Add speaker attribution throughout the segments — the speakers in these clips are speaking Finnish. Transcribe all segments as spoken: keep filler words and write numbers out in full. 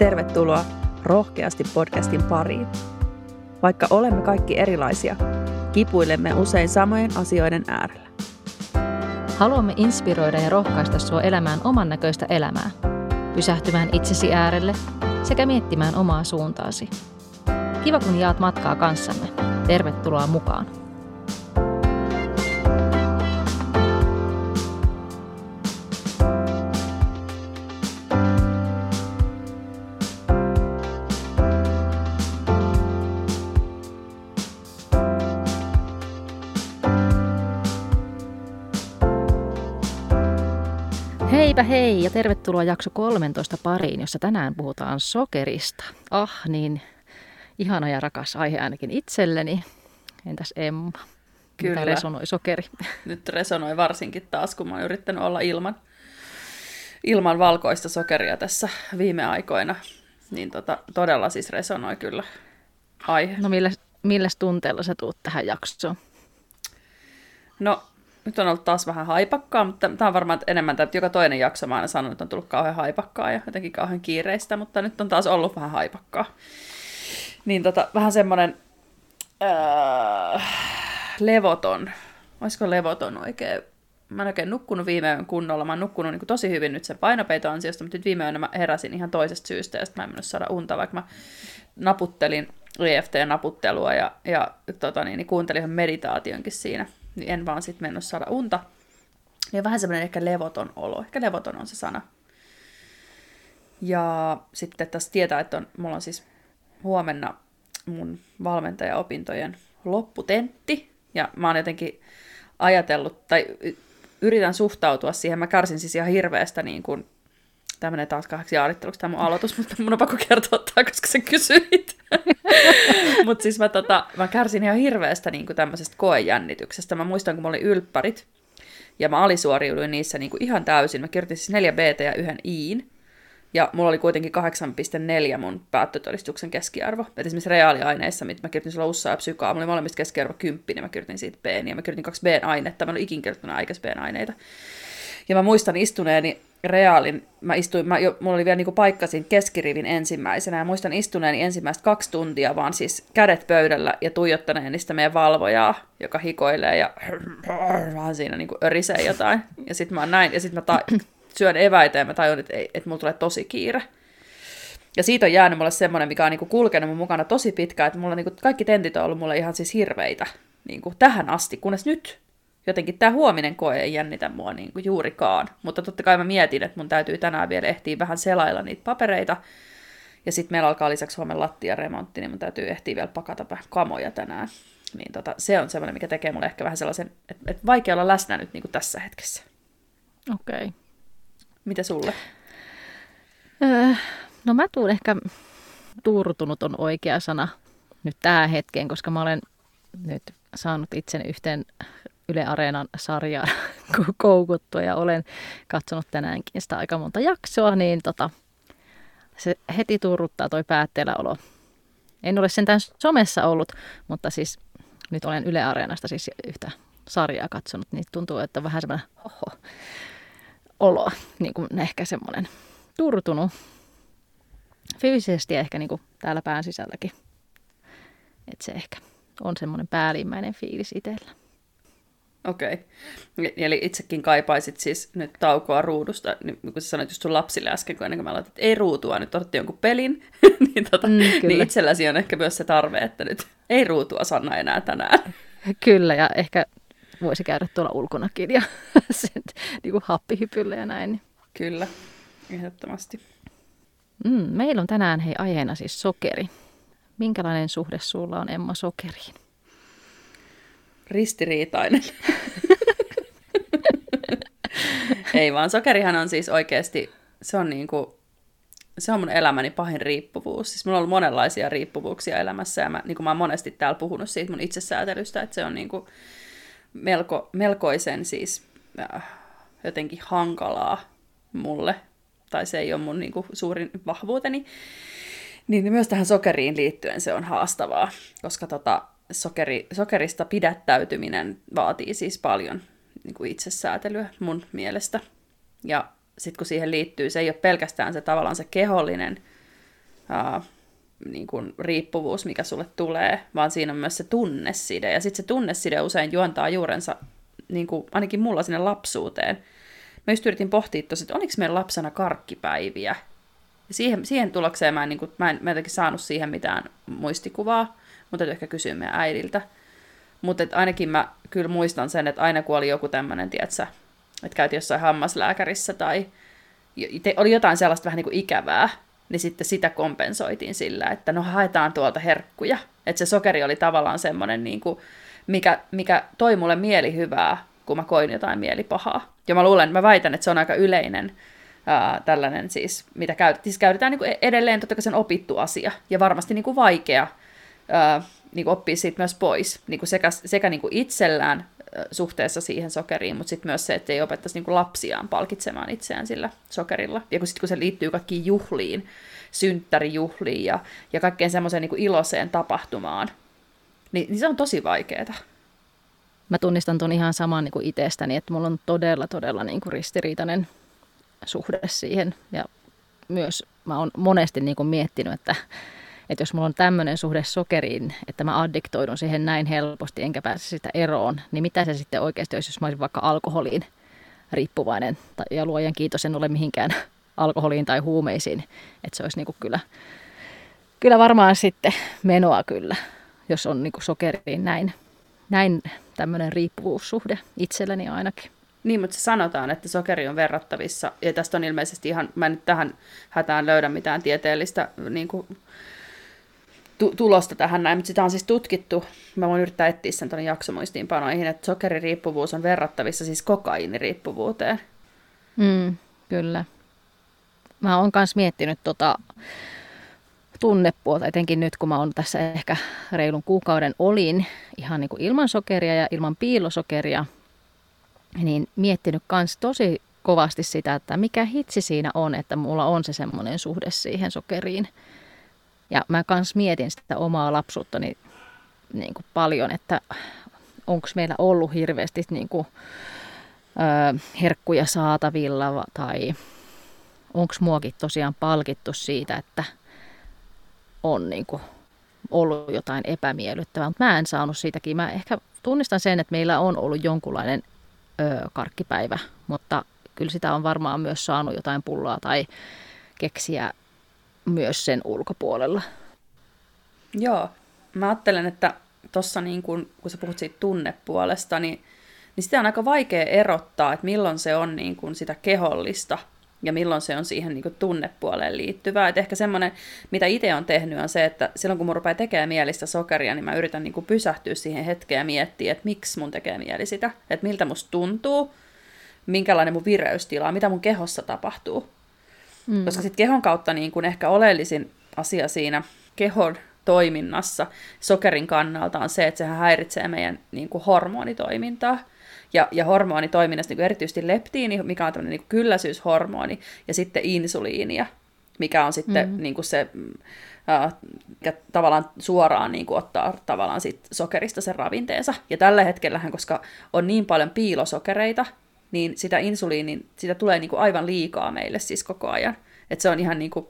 Speaker 1: Tervetuloa Rohkeasti podcastin pariin. Vaikka olemme kaikki erilaisia, kipuilemme usein samojen asioiden äärellä.
Speaker 2: Haluamme inspiroida ja rohkaista sinua elämään oman näköistä elämää, pysähtymään itsesi äärelle sekä miettimään omaa suuntaasi. Kiva kun jaat matkaa kanssamme. Tervetuloa mukaan. Heipä hei ja tervetuloa jakso kolmetoista pariin, jossa tänään puhutaan sokerista. Ah niin, ihana ja rakas aihe ainakin itselleni. Entäs Emma?
Speaker 1: Kyllä.
Speaker 2: Mitä resonoi sokeri?
Speaker 1: Nyt resonoi varsinkin taas, kun mä oon yrittänyt olla ilman, ilman valkoista sokeria tässä viime aikoina. Niin tota, todella siis resonoi kyllä aihe.
Speaker 2: No milläs, milläs tunteella sä tuut tähän jaksoon?
Speaker 1: No nyt on ollut taas vähän haipakkaa, mutta tämä on varmaan enemmän, että joka toinen jakso mä aina sanon, että on tullut kauhean haipakkaa ja jotenkin kauhean kiireistä, mutta nyt on taas ollut vähän haipakkaa. Niin tota, vähän semmoinen äh, levoton, olisiko levoton oikein? Mä en oikein nukkunut viime yön kunnolla, mä oon nukkunut niin kuin tosi hyvin nyt sen painopeiton ansiosta, mutta nyt viime yönä mä heräsin ihan toisesta syystä ja sitten mä en mennyt saada unta, vaikka mä naputtelin E F T-naputtelua ja, ja tota niin, niin kuuntelin ihan meditaationkin siinä. Niin en vaan sitten mennyt saada unta. Ja vähän semmoinen ehkä levoton olo. Ehkä levoton on se sana. Ja sitten tässä tietää, että on, mulla on siis huomenna mun valmentajaopintojen lopputentti. Ja mä oon jotenkin ajatellut, tai yritän suhtautua siihen. Mä kärsin siis ihan hirveästä niin kuin, tämä menee taas kahdeksi jaaritteluksi tämä mun aloitus, mutta mun on pakko kertoa tämä, koska sä kysyit. Mutta siis mä, tota, mä kärsin ihan hirveästä niin kuin tämmöisestä koejännityksestä. Mä muistan, kun mulla oli ylppärit, ja mä alisuoriuduin niissä niin kuin ihan täysin. Mä kirjoitin siis neljä B T ja yhden Iin, ja mulla oli kuitenkin kahdeksan pilkku neljä mun päättötodistuksen keskiarvo. Et esimerkiksi reaaliaineissa, mitä mä kirjoitin sulla ussaa ja psykaa, mulla oli molemmista keskiarvo kymppi, niin mä kirjoitin siitä B, ja mä kirjoitin kaksi B-ainetta. Mä en ole ikin kirjoittanut aikas B-aineita. Ja mä muistan istuneeni reaalin, mä istuin, mä jo, mulla oli vielä niinku paikka siinä keskirivin ensimmäisenä, ja muistan istuneeni ensimmäistä kaksi tuntia, vaan siis kädet pöydällä ja tuijottaneeni sitä meidän valvojaa, joka hikoilee ja vähän siinä niinku örisee jotain. Ja sit mä näin, ja sit mä ta- syön eväitä, ja mä tajun, että, että mulla tulee tosi kiire. Ja siitä on jäänyt mulle semmoinen, mikä on niinku kulkenut mun mukana tosi pitkään, että mulla niinku kaikki tentit on ollut mulle ihan siis hirveitä niinku tähän asti, kunnes nyt. Jotenkin tämä huominen koe ei jännitä mua niin kuin juurikaan, mutta totta kai mä mietin, että mun täytyy tänään vielä ehtiä vähän selailla niitä papereita, ja sitten meillä alkaa lisäksi huomenna lattiaremontti, niin mun täytyy ehtiä vielä pakata vähän kamoja tänään. Niin tota, se on semmoinen, mikä tekee mulle ehkä vähän sellaisen, että, että vaikea olla läsnä nyt niin kuin tässä hetkessä.
Speaker 2: Okei. Okay.
Speaker 1: Mitä sulle?
Speaker 2: Öö, no mä tuun ehkä, turtunut on oikea sana nyt tähän hetkeen, koska mä olen nyt saanut itseni yhteen Yle Areenan sarjaa koukuttua ja olen katsonut tänäänkin sitä aika monta jaksoa, niin tota, se heti turruttaa toi päätteelläolo. En ole sentään somessa ollut, mutta siis nyt olen Yle Areenasta siis yhtä sarjaa katsonut, niin tuntuu, että on vähän semmoinen oho, olo, niin kuin ehkä semmoinen turtunut fyysisesti ja ehkä niin kuin täällä pään sisälläkin. Että se ehkä on semmoinen päällimmäinen fiilis itsellä.
Speaker 1: Okei. Okay. Eli itsekin kaipaisit siis nyt taukoa ruudusta, niin kun sä sanoit just sun lapsille äsken, kun ennen kuin mä aloitin, että ei ruutua, nyt odotti jonkun pelin, niin, tota, mm, niin itselläsi on ehkä myös se tarve, että nyt ei ruutua Sanna enää tänään.
Speaker 2: Kyllä, ja ehkä voisi käydä tuolla ulkonakin ja sen, niin kuin happihypyllä ja näin.
Speaker 1: Kyllä, ehdottomasti.
Speaker 2: Mm, meillä on tänään hei aiheena siis sokeri. Minkälainen suhde sulla on, Emma, sokeriin?
Speaker 1: Ristiriitainen. Ei vaan, sokerihan on siis oikeasti, se on, niinku, se on mun elämäni pahin riippuvuus. Siis mulla on ollut monenlaisia riippuvuuksia elämässä, ja mä, niin kuin mä oon monesti täällä puhunut siitä mun itsesäätelystä, että se on niinku melko, melkoisen siis äh, jotenkin hankalaa mulle, tai se ei ole mun niinku suurin vahvuuteni. Niin myös tähän sokeriin liittyen se on haastavaa, koska tota, sokeri, sokerista pidättäytyminen vaatii siis paljon niin kuin itsesäätelyä mun mielestä. Ja sitten kun siihen liittyy, se ei ole pelkästään se tavallaan se kehollinen ää, niin kuin riippuvuus, mikä sulle tulee, vaan siinä on myös se tunneside. Ja sitten se tunneside usein juontaa juurensa, niin kuin ainakin mulla sinne lapsuuteen. Mä just yritin pohtia tosi, että oliko meillä lapsena karkkipäiviä. Ja siihen, siihen tulokseen mä en, niin kuin, mä en, mä en saanut siihen mitään muistikuvaa, mutta täytyy ehkä kysyä meidän äidiltä. Mutta ainakin mä kyllä muistan sen, että aina kun oli joku tämmöinen, tietsä, että käytiin jossain hammaslääkärissä tai oli jotain sellaista vähän niin kuin ikävää, niin sitten sitä kompensoitiin sillä, että no haetaan tuolta herkkuja. Että se sokeri oli tavallaan semmoinen, niin kuin, mikä, mikä toi mulle mielihyvää, kun mä koin jotain mielipahaa. Ja mä luulen, mä väitän, että se on aika yleinen ää, tällainen siis, mitä käytetään. Siis käytetään niin kuin edelleen totta kai sen opittu asia, ja varmasti niin kuin vaikea ää, niin kuin oppia siitä myös pois, niin kuin sekä, sekä niin kuin itsellään ää, suhteessa siihen sokeriin, mutta sitten myös se, että ei opettaisi niin kuin lapsiaan palkitsemaan itseään sillä sokerilla. Ja kun, sit, kun se liittyy kaikkiin juhliin, synttärijuhliin ja, ja kaikkeen semmoiseen niin kuin iloiseen tapahtumaan, niin, niin se on tosi vaikeaa.
Speaker 2: Mä tunnistan ton ihan saman niin kuin itsestäni, että mulla on todella, todella niin kuin ristiriitainen suhde siihen. Ja myös mä oon monesti niin kuin miettinyt, että, että jos mulla on tämmöinen suhde sokeriin, että mä addiktoidun siihen näin helposti enkä pääse sitä eroon, niin mitä se sitten oikeasti olisi, jos mä olisin vaikka alkoholiin riippuvainen. Ja luojan kiitos, en ole mihinkään alkoholiin tai huumeisiin. Että se olisi niin kuin kyllä, kyllä varmaan sitten menoa kyllä, jos on niin kuin sokeriin näin. Näin tämmöinen riippuvuussuhde itselläni ainakin.
Speaker 1: Niin, mutta se sanotaan, että sokeri on verrattavissa, ja tästä on ilmeisesti ihan, mä en nyt tähän hätään löydä mitään tieteellistä niin kuin, tu- tulosta tähän näin, mutta sitä on siis tutkittu, mä voin yrittää etsiä sen tuonne jaksomuistiinpanoihin, että sokeririippuvuus on verrattavissa siis kokainiriippuvuuteen.
Speaker 2: Mm, kyllä. Mä oon myös miettinyt tota tunnepuolta, etenkin nyt kun mä oon tässä ehkä reilun kuukauden olin ihan niin kuin ilman sokeria ja ilman piilosokeria, niin miettinyt myös tosi kovasti sitä, että mikä hitsi siinä on, että mulla on se semmoinen suhde siihen sokeriin. Ja mä kans mietin sitä omaa lapsuuttani niin kuin paljon, että onko meillä ollut hirveästi niin kuin, ö, herkkuja saatavilla tai onko muakin tosiaan palkittu siitä, että on niin kuin ollut jotain epämiellyttävää, mutta mä en saanut siitäkin. Mä ehkä tunnistan sen, että meillä on ollut jonkunlainen ö, karkkipäivä, mutta kyllä sitä on varmaan myös saanut jotain pullaa tai keksiä myös sen ulkopuolella.
Speaker 1: Joo, mä ajattelen, että tuossa niin kun, kun sä puhut siitä tunnepuolesta, niin, niin sitä on aika vaikea erottaa, että milloin se on niin kun sitä kehollista ja milloin se on siihen niin kuin tunnepuoleen liittyvää. Et ehkä semmoinen, mitä itse on tehnyt, on se, että silloin kun mun rupeaa tekemään mielistä sokeria, niin mä yritän niin kuin pysähtyä siihen hetkeen ja miettiä, että miksi mun tekee mieli sitä, että miltä musta tuntuu, minkälainen mun vireystila, mitä mun kehossa tapahtuu. Mm. Koska sitten kehon kautta niin kuin ehkä oleellisin asia siinä kehon toiminnassa sokerin kannalta on se, että sehän häiritsee meidän niin kuin hormonitoimintaa. Ja, ja hormonitoiminnassa niin erityisesti leptiini, mikä on tämmöinen niin kylläisyyshormoni, ja sitten insuliinia, mikä on sitten mm-hmm. niin kuin se, äh, mikä tavallaan suoraan niin kuin ottaa tavallaan sit sokerista sen ravinteensa. Ja tällä hetkellähän, koska on niin paljon piilosokereita, niin sitä insuliinin, sitä tulee niin kuin aivan liikaa meille siis koko ajan. Että se on ihan niin kuin,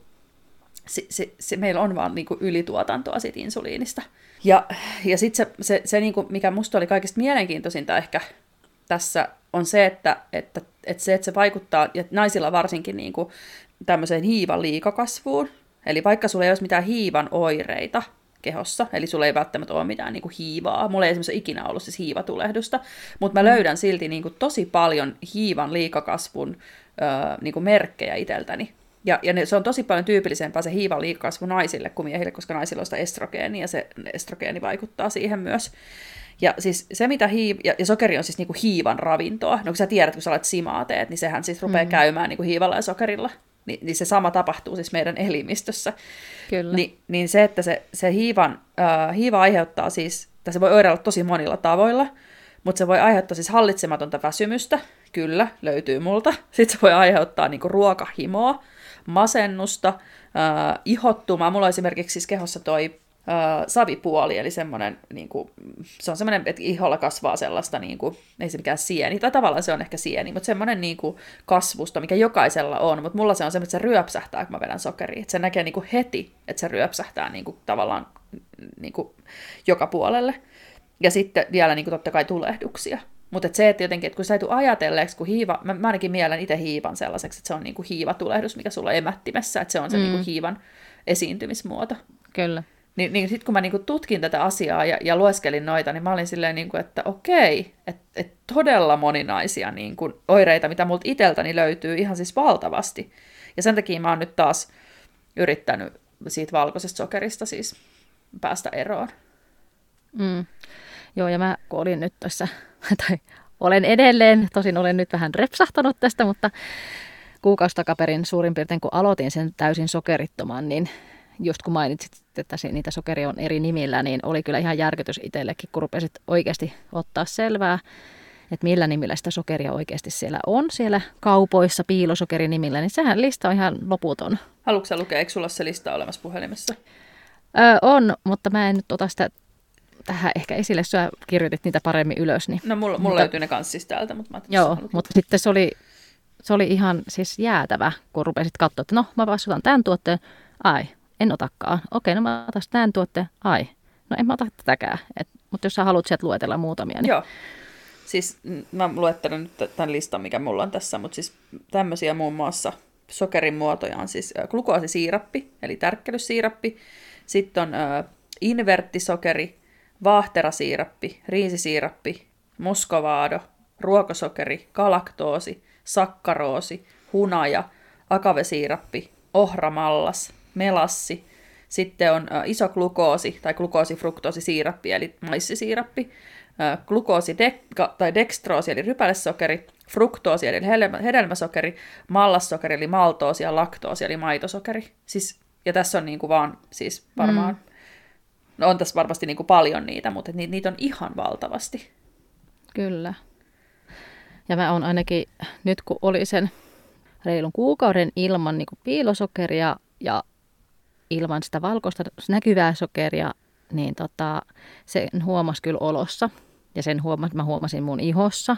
Speaker 1: se, se, se, meillä on vaan niin kuin ylituotantoa siitä insuliinista. Ja, ja sitten se, se, se niin kuin, mikä musta oli kaikista mielenkiintoisinta ehkä tässä on se, että, että, että se, että se vaikuttaa, ja naisilla varsinkin niin kuin tämmöiseen hiivan liikakasvuun. Eli vaikka sulla ei olisi mitään hiivan oireita kehossa, eli sulla ei välttämättä ole mitään niin kuin hiivaa. Mulla ei esimerkiksi ikinä ollut siis hiivatulehdusta, mutta mä löydän silti niin kuin tosi paljon hiivan liikakasvun öö, niin kuin merkkejä itseltäni. Ja, ja ne, se on tosi paljon tyypillisempää se hiivan liikakasvu naisille kuin miehille, koska naisilla on sitä estrogeenia, ja se estrogeeni vaikuttaa siihen myös. Ja siis se, mitä hiiv... ja, ja sokeri on siis niinku hiivan ravintoa. No kun sä tiedät, kun sä alat simaa teet, niin sehän siis rupeaa mm-hmm. käymään niinku hiivalla ja sokerilla. Ni, niin se sama tapahtuu siis meidän elimistössä.
Speaker 2: Kyllä.
Speaker 1: Ni, niin se, että se, se hiivan, äh, hiiva aiheuttaa siis, tai se voi oireilla tosi monilla tavoilla, mutta se voi aiheuttaa siis hallitsematonta väsymystä. Kyllä, löytyy multa. Sitten se voi aiheuttaa niinku ruokahimoa, masennusta, äh, ihottumaa. Mulla on esimerkiksi siis kehossa toi savipuoli, eli semmoinen, niin kuin, se on semmoinen, että iholla kasvaa sellaista, niin kuin, ei se mikään sieni, tai tavallaan se on ehkä sieni, mutta semmoinen niin kuin, kasvusto, mikä jokaisella on, mutta mulla se on semmoinen, että se ryöpsähtää, kun mä vedän sokeria, että se näkee niin kuin heti, että se ryöpsähtää niin kuin, tavallaan niin kuin, joka puolelle, ja sitten vielä niin kuin, totta kai tulehduksia. Mutta et se, että jotenkin, että kun sä ei tule ajatelleeksi, kun hiiva, mä, mä ainakin mielen itse hiivan sellaiseksi, että se on niinku hiivatulehdus, mikä sulla on emättimessä, että se on se mm. niinku hiivan esiintymismuoto.
Speaker 2: Kyllä.
Speaker 1: Niin, niin sitten kun mä niinku tutkin tätä asiaa ja, ja lueskelin noita, niin mä olin silleen, niinku, että okei, että et todella moninaisia niinku oireita, mitä multa iteltäni löytyy ihan siis valtavasti. Ja sen takia mä oon nyt taas yrittänyt siitä valkoisesta sokerista siis päästä eroon.
Speaker 2: Mm. Joo, ja mä kun olin nyt tässä, tai olen edelleen, tosin olen nyt vähän repsahtanut tästä, mutta kuukausi takaperin suurin piirtein kun aloitin sen täysin sokerittoman, niin just kun mainitsit, että niitä sokeria on eri nimillä, niin oli kyllä ihan järkytys itsellekin, kun rupesit oikeasti ottaa selvää, että millä nimillä sitä sokeria oikeasti siellä on, siellä kaupoissa piilosokerinimillä, niin sehän lista on ihan loputon.
Speaker 1: Haluatko sä lukea, eikö sulla se lista olemassa puhelimessa?
Speaker 2: Öö, on, mutta mä en nyt ota sitä tähän ehkä esille, sä kirjoitit niitä paremmin ylös. Niin.
Speaker 1: No mulla, mulla mutta, löytyy ne kanssa siis täältä. Mutta mä
Speaker 2: joo, mutta sitten se oli, se oli ihan siis jäätävä, kun rupesit katsoa, että no mä vastutan tämän tuotteen, ai, en otakaan. Okei, no mä otan tämän tuotteen, ai, no en mä ota tätäkään. Et, mutta jos sä haluat sieltä luetella muutamia. Niin.
Speaker 1: Joo, siis mä luettelen nyt tämän listan, mikä mulla on tässä, mutta siis tämmöisiä muun muassa sokerin muotoja on siis glukoosisiirappi, eli tärkkelyssiirappi, sitten on äh, inverttisokeri, vaahterasiirappi, riisisiirappi, muscovaado, ruokosokeri, galaktoosi, sakkaroosi, hunaja, akavesiirappi, ohramallas, melassi. Sitten on ä, isoglukoosi tai glukoosifruktoosisiirappi eli maissisiirappi, ä, glukoosi de- tai dekstroosi eli rypälesokeri, fruktoosi eli hedelmäsokeri, mallassokeri eli maltoosi ja laktoosi eli maitosokeri. Siis, ja tässä on niinku vaan siis varmaan... Mm. No on tässä varmasti niin kuin paljon niitä, mutta niitä, niitä on ihan valtavasti.
Speaker 2: Kyllä. Ja mä oon ainakin nyt, kun oli sen reilun kuukauden ilman niin kuin piilosokeria ja ilman sitä valkoista näkyvää sokeria, niin tota, sen huomasi kyllä olossa. Ja sen huomas, mä huomasin mun ihossa.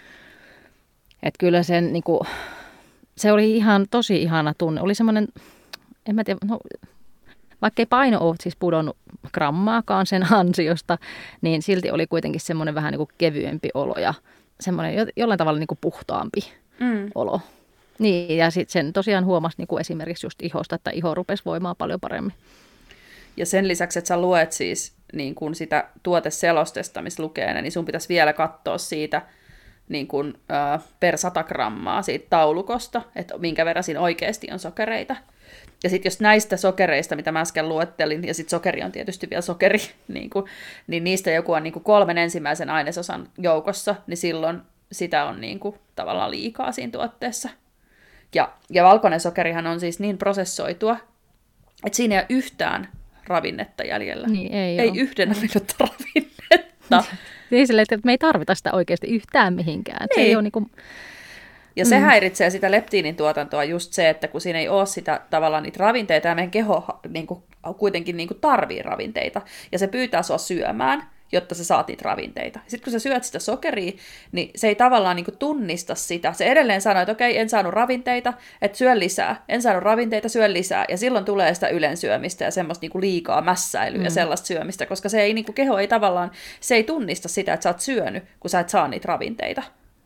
Speaker 2: Että kyllä sen, niin kuin, se oli ihan tosi ihana tunne. Oli semmoinen, en mä tiedä, no... Vaikka ei paino ole siis pudonnut grammaakaan sen ansiosta, niin silti oli kuitenkin semmoinen vähän niin kuin kevyempi olo ja semmoinen jollain tavalla niin kuin puhtaampi mm. olo. Niin, ja sitten sen tosiaan huomasi niin kuin esimerkiksi just ihosta, että iho rupesi voimaan paljon paremmin.
Speaker 1: Ja sen lisäksi, että sä luet siis niin kuin sitä tuoteselostesta, missä lukee, niin sun pitäisi vielä katsoa siitä niin kuin, äh, per sata grammaa siitä taulukosta, että minkä verran siinä oikeasti on sokereita. Ja sitten jos näistä sokereista, mitä mä äsken luettelin, ja sitten sokeri on tietysti vielä sokeri, niin, kuin, niin niistä joku on niin kuin kolmen ensimmäisen ainesosan joukossa, niin silloin sitä on niin kuin, tavallaan liikaa siinä tuotteessa. Ja, ja valkoinen sokerihan on siis niin prosessoitua, että siinä ei ole yhtään ravinnetta jäljellä.
Speaker 2: Niin, ei
Speaker 1: ei yhden ainutta ravinnetta.
Speaker 2: Niin silleen, että me ei tarvita sitä oikeasti yhtään mihinkään. Se ei ole niin kuin...
Speaker 1: Ja se mm. häiritsee sitä leptiinin tuotantoa just se, että kun siinä ei ole sitä tavallaan niitä ravinteita, ja meidän keho niin kuin, kuitenkin niin kuin tarvii ravinteita, ja se pyytää sua syömään, jotta sä saat niitä ravinteita. Sitten kun sä syöt sitä sokeria, niin se ei tavallaan niin kuin tunnista sitä. Se edelleen sanoo, että okei, en saanut ravinteita, että syö lisää. En saanut ravinteita, syö lisää. Ja silloin tulee sitä ylensyömistä ja semmoista niin kuin liikaa mässäilyä mm. ja sellaista syömistä, koska se ei, niin kuin keho ei tavallaan, se ei tunnista sitä, että sä oot syönyt, kun sä et saa niitä ravinteita.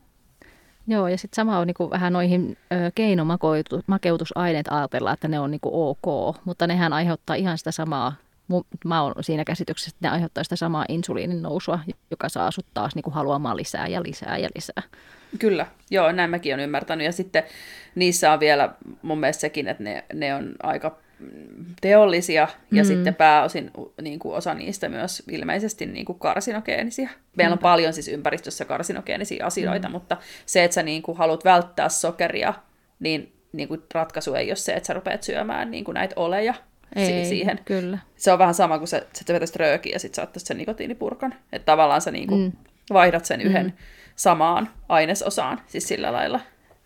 Speaker 2: Joo, ja sitten sama on niinku vähän noihin ö, keinomakeutusaineet ajatellaan, että ne on niinku ok, mutta nehän aiheuttaa ihan sitä samaa, mä oon siinä käsityksessä, että ne aiheuttaa sitä samaa insuliinin nousua, joka saa sut taas niinku haluamaan lisää ja lisää ja lisää. Kyllä, joo, näin mäkin olen ymmärtänyt, ja sitten niissä on vielä mun mielestä sekin, että ne, ne on aika teollisia, ja mm. sitten pääosin niin kuin osa niistä myös ilmeisesti niin kuin karsinogeenisia. Meillä on mm. paljon siis ympäristössä karsinogeenisia asioita, mm. mutta se, että sä niin kuin haluat välttää sokeria, niin, niin kuin ratkaisu ei ole se, että sä rupeat syömään niin kuin näitä oleja ei,
Speaker 1: siihen.
Speaker 2: Kyllä.
Speaker 1: Se on vähän sama kuin sä, sä vetäisit röökiä ja sitten sä ottaisit sen nikotiinipurkan. Että tavallaan sä niin kuin mm. vaihdat sen yhden mm. samaan ainesosaan, siis sillä lailla.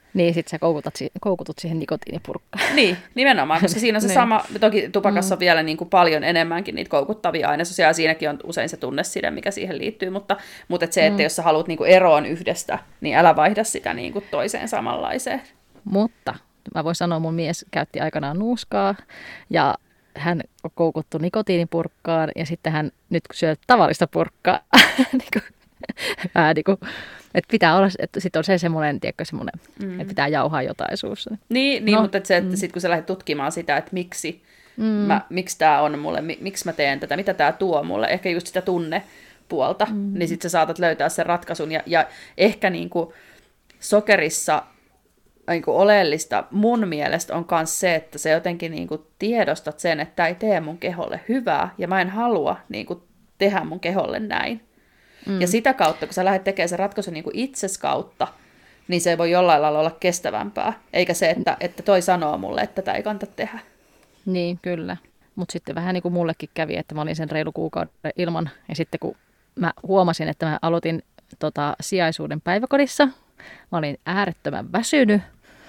Speaker 2: Niin, sit sä koukutut, koukutut siihen nikotiinipurkkaan.
Speaker 1: Niin, nimenomaan, koska siinä on se
Speaker 2: niin.
Speaker 1: sama, toki tupakassa mm. on vielä niin kuin paljon enemmänkin niitä koukuttavia ainesosia, ja siinäkin on usein se tunneside, mikä siihen liittyy, mutta, mutta et se, että mm. jos sä haluat niin kuin eroon yhdestä, niin älä vaihda sitä niin kuin toiseen samanlaiseen.
Speaker 2: Mutta mä voin sanoa, mun mies käytti aikanaan nuuskaa, ja hän on koukuttu nikotiinipurkkaan, ja sitten hän nyt syö tavallista purkkaa, niin kuin, vähän niin kuin, että pitää olla, että sitten on se semmoinen, tiedätkö, semmoinen, mm. että pitää jauhaa jotain suussa.
Speaker 1: Niin, niin
Speaker 2: no,
Speaker 1: mutta että se, että
Speaker 2: mm.
Speaker 1: sitten kun sä lähdet tutkimaan sitä, että miksi,
Speaker 2: mm.
Speaker 1: mä, miksi tämä on mulle, miksi mä teen tätä, mitä tämä tuo mulle, ehkä just sitä tunnepuolta, mm. niin sitten sä saatat löytää sen ratkaisun. Ja, ja ehkä niin kuin sokerissa niin kuin oleellista mun mielestä on myös se, että sä jotenkin niin kuin tiedostat sen, että tämä ei tee mun keholle hyvää, ja mä en halua niin kuin tehdä mun keholle näin. Mm. Ja sitä kautta, kun sä lähdet tekemään sen ratkaisun niin kuin itses kautta, niin se voi jollain lailla olla kestävämpää. Eikä se, että, että toi sanoo mulle, että tätä ei kannata tehdä.
Speaker 2: Niin, kyllä. Mutta sitten vähän niin kuin mullekin kävi, että mä olin sen reilu kuukauden ilman. Ja sitten kun mä huomasin, että mä aloitin tota, sijaisuuden päiväkodissa, mä olin äärettömän väsynyt.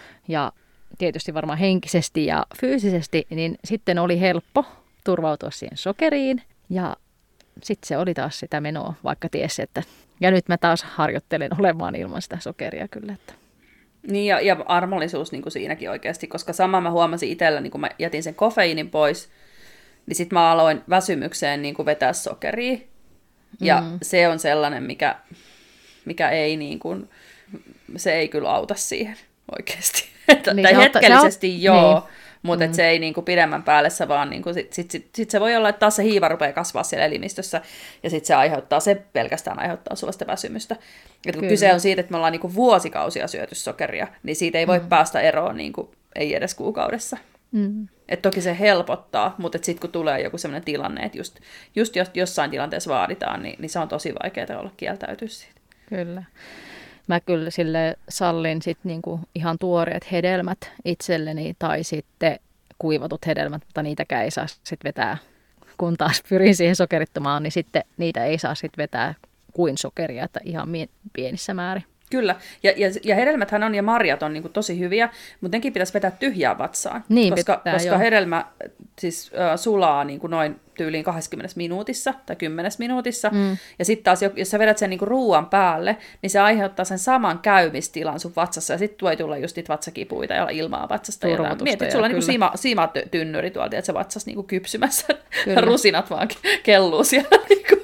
Speaker 2: Ja tietysti varmaan henkisesti ja fyysisesti, niin sitten oli helppo turvautua siihen sokeriin. Ja sitten se oli taas sitä menoa, vaikka tiesi, että... Ja nyt mä taas harjoittelen olemaan ilman sitä sokeria kyllä. Että.
Speaker 1: Niin, ja, ja armollisuus niin kuin siinäkin oikeasti, koska sama mä huomasin itsellä, niin kun mä jätin sen kofeiinin pois, niin sitten mä aloin väsymykseen niin kuin vetää sokeria. Ja mm. se on sellainen, mikä, mikä ei, niin kuin, se ei kyllä auta siihen oikeasti. Niin, tai hetkellisesti autta, joo. Niin. Mutta mm. se ei niinku pidemmän päälle, se vaan niinku, sitten sit, sit, sit se voi olla, että taas se hiiva rupeaa kasvaa siellä elimistössä, ja sitten se aiheuttaa, se pelkästään aiheuttaa sulla sitä väsymystä. Et kun kyse on siitä, että me ollaan niinku vuosikausia syöty sokeria, niin siitä ei voi mm. päästä eroon, niinku, ei edes kuukaudessa. Mm. Et toki se helpottaa, mutta sitten kun tulee joku sellainen tilanne, että just, just jossain tilanteessa vaaditaan, niin, niin se on tosi vaikeaa olla kieltäytyä siitä.
Speaker 2: Kyllä. Mä kyllä sille sallin sit niinku ihan tuoreet hedelmät itselleni tai sitten kuivatut hedelmät, mutta niitäkään ei saa sit vetää, kun taas pyrin siihen sokerittomaan, niin sitten niitä ei saa sit vetää kuin sokeria, että ihan pienissä määrin.
Speaker 1: Kyllä, ja, ja, ja hedelmäthän on ja marjat on niin kuin tosi hyviä, mutta nekin pitäisi vetää tyhjään vatsaan,
Speaker 2: niin,
Speaker 1: koska,
Speaker 2: pitää,
Speaker 1: koska hedelmä siis äh, sulaa niin kuin noin tyyliin kaksikymmentä minuutissa tai kymmenen minuutissa, mm. ja sitten taas jos sä vedät sen niin kuin ruuan päälle, niin se aiheuttaa sen saman käymistilan sun vatsassa, ja sitten voi tulla just niitä vatsakipuita ja olla ilmaa vatsasta. Mietit, että sulla on niin siima, siimatynnyri tuolta, että se vatsas niin kuin kypsymässä, rusinat vaan kelluu siellä. Niin kuin.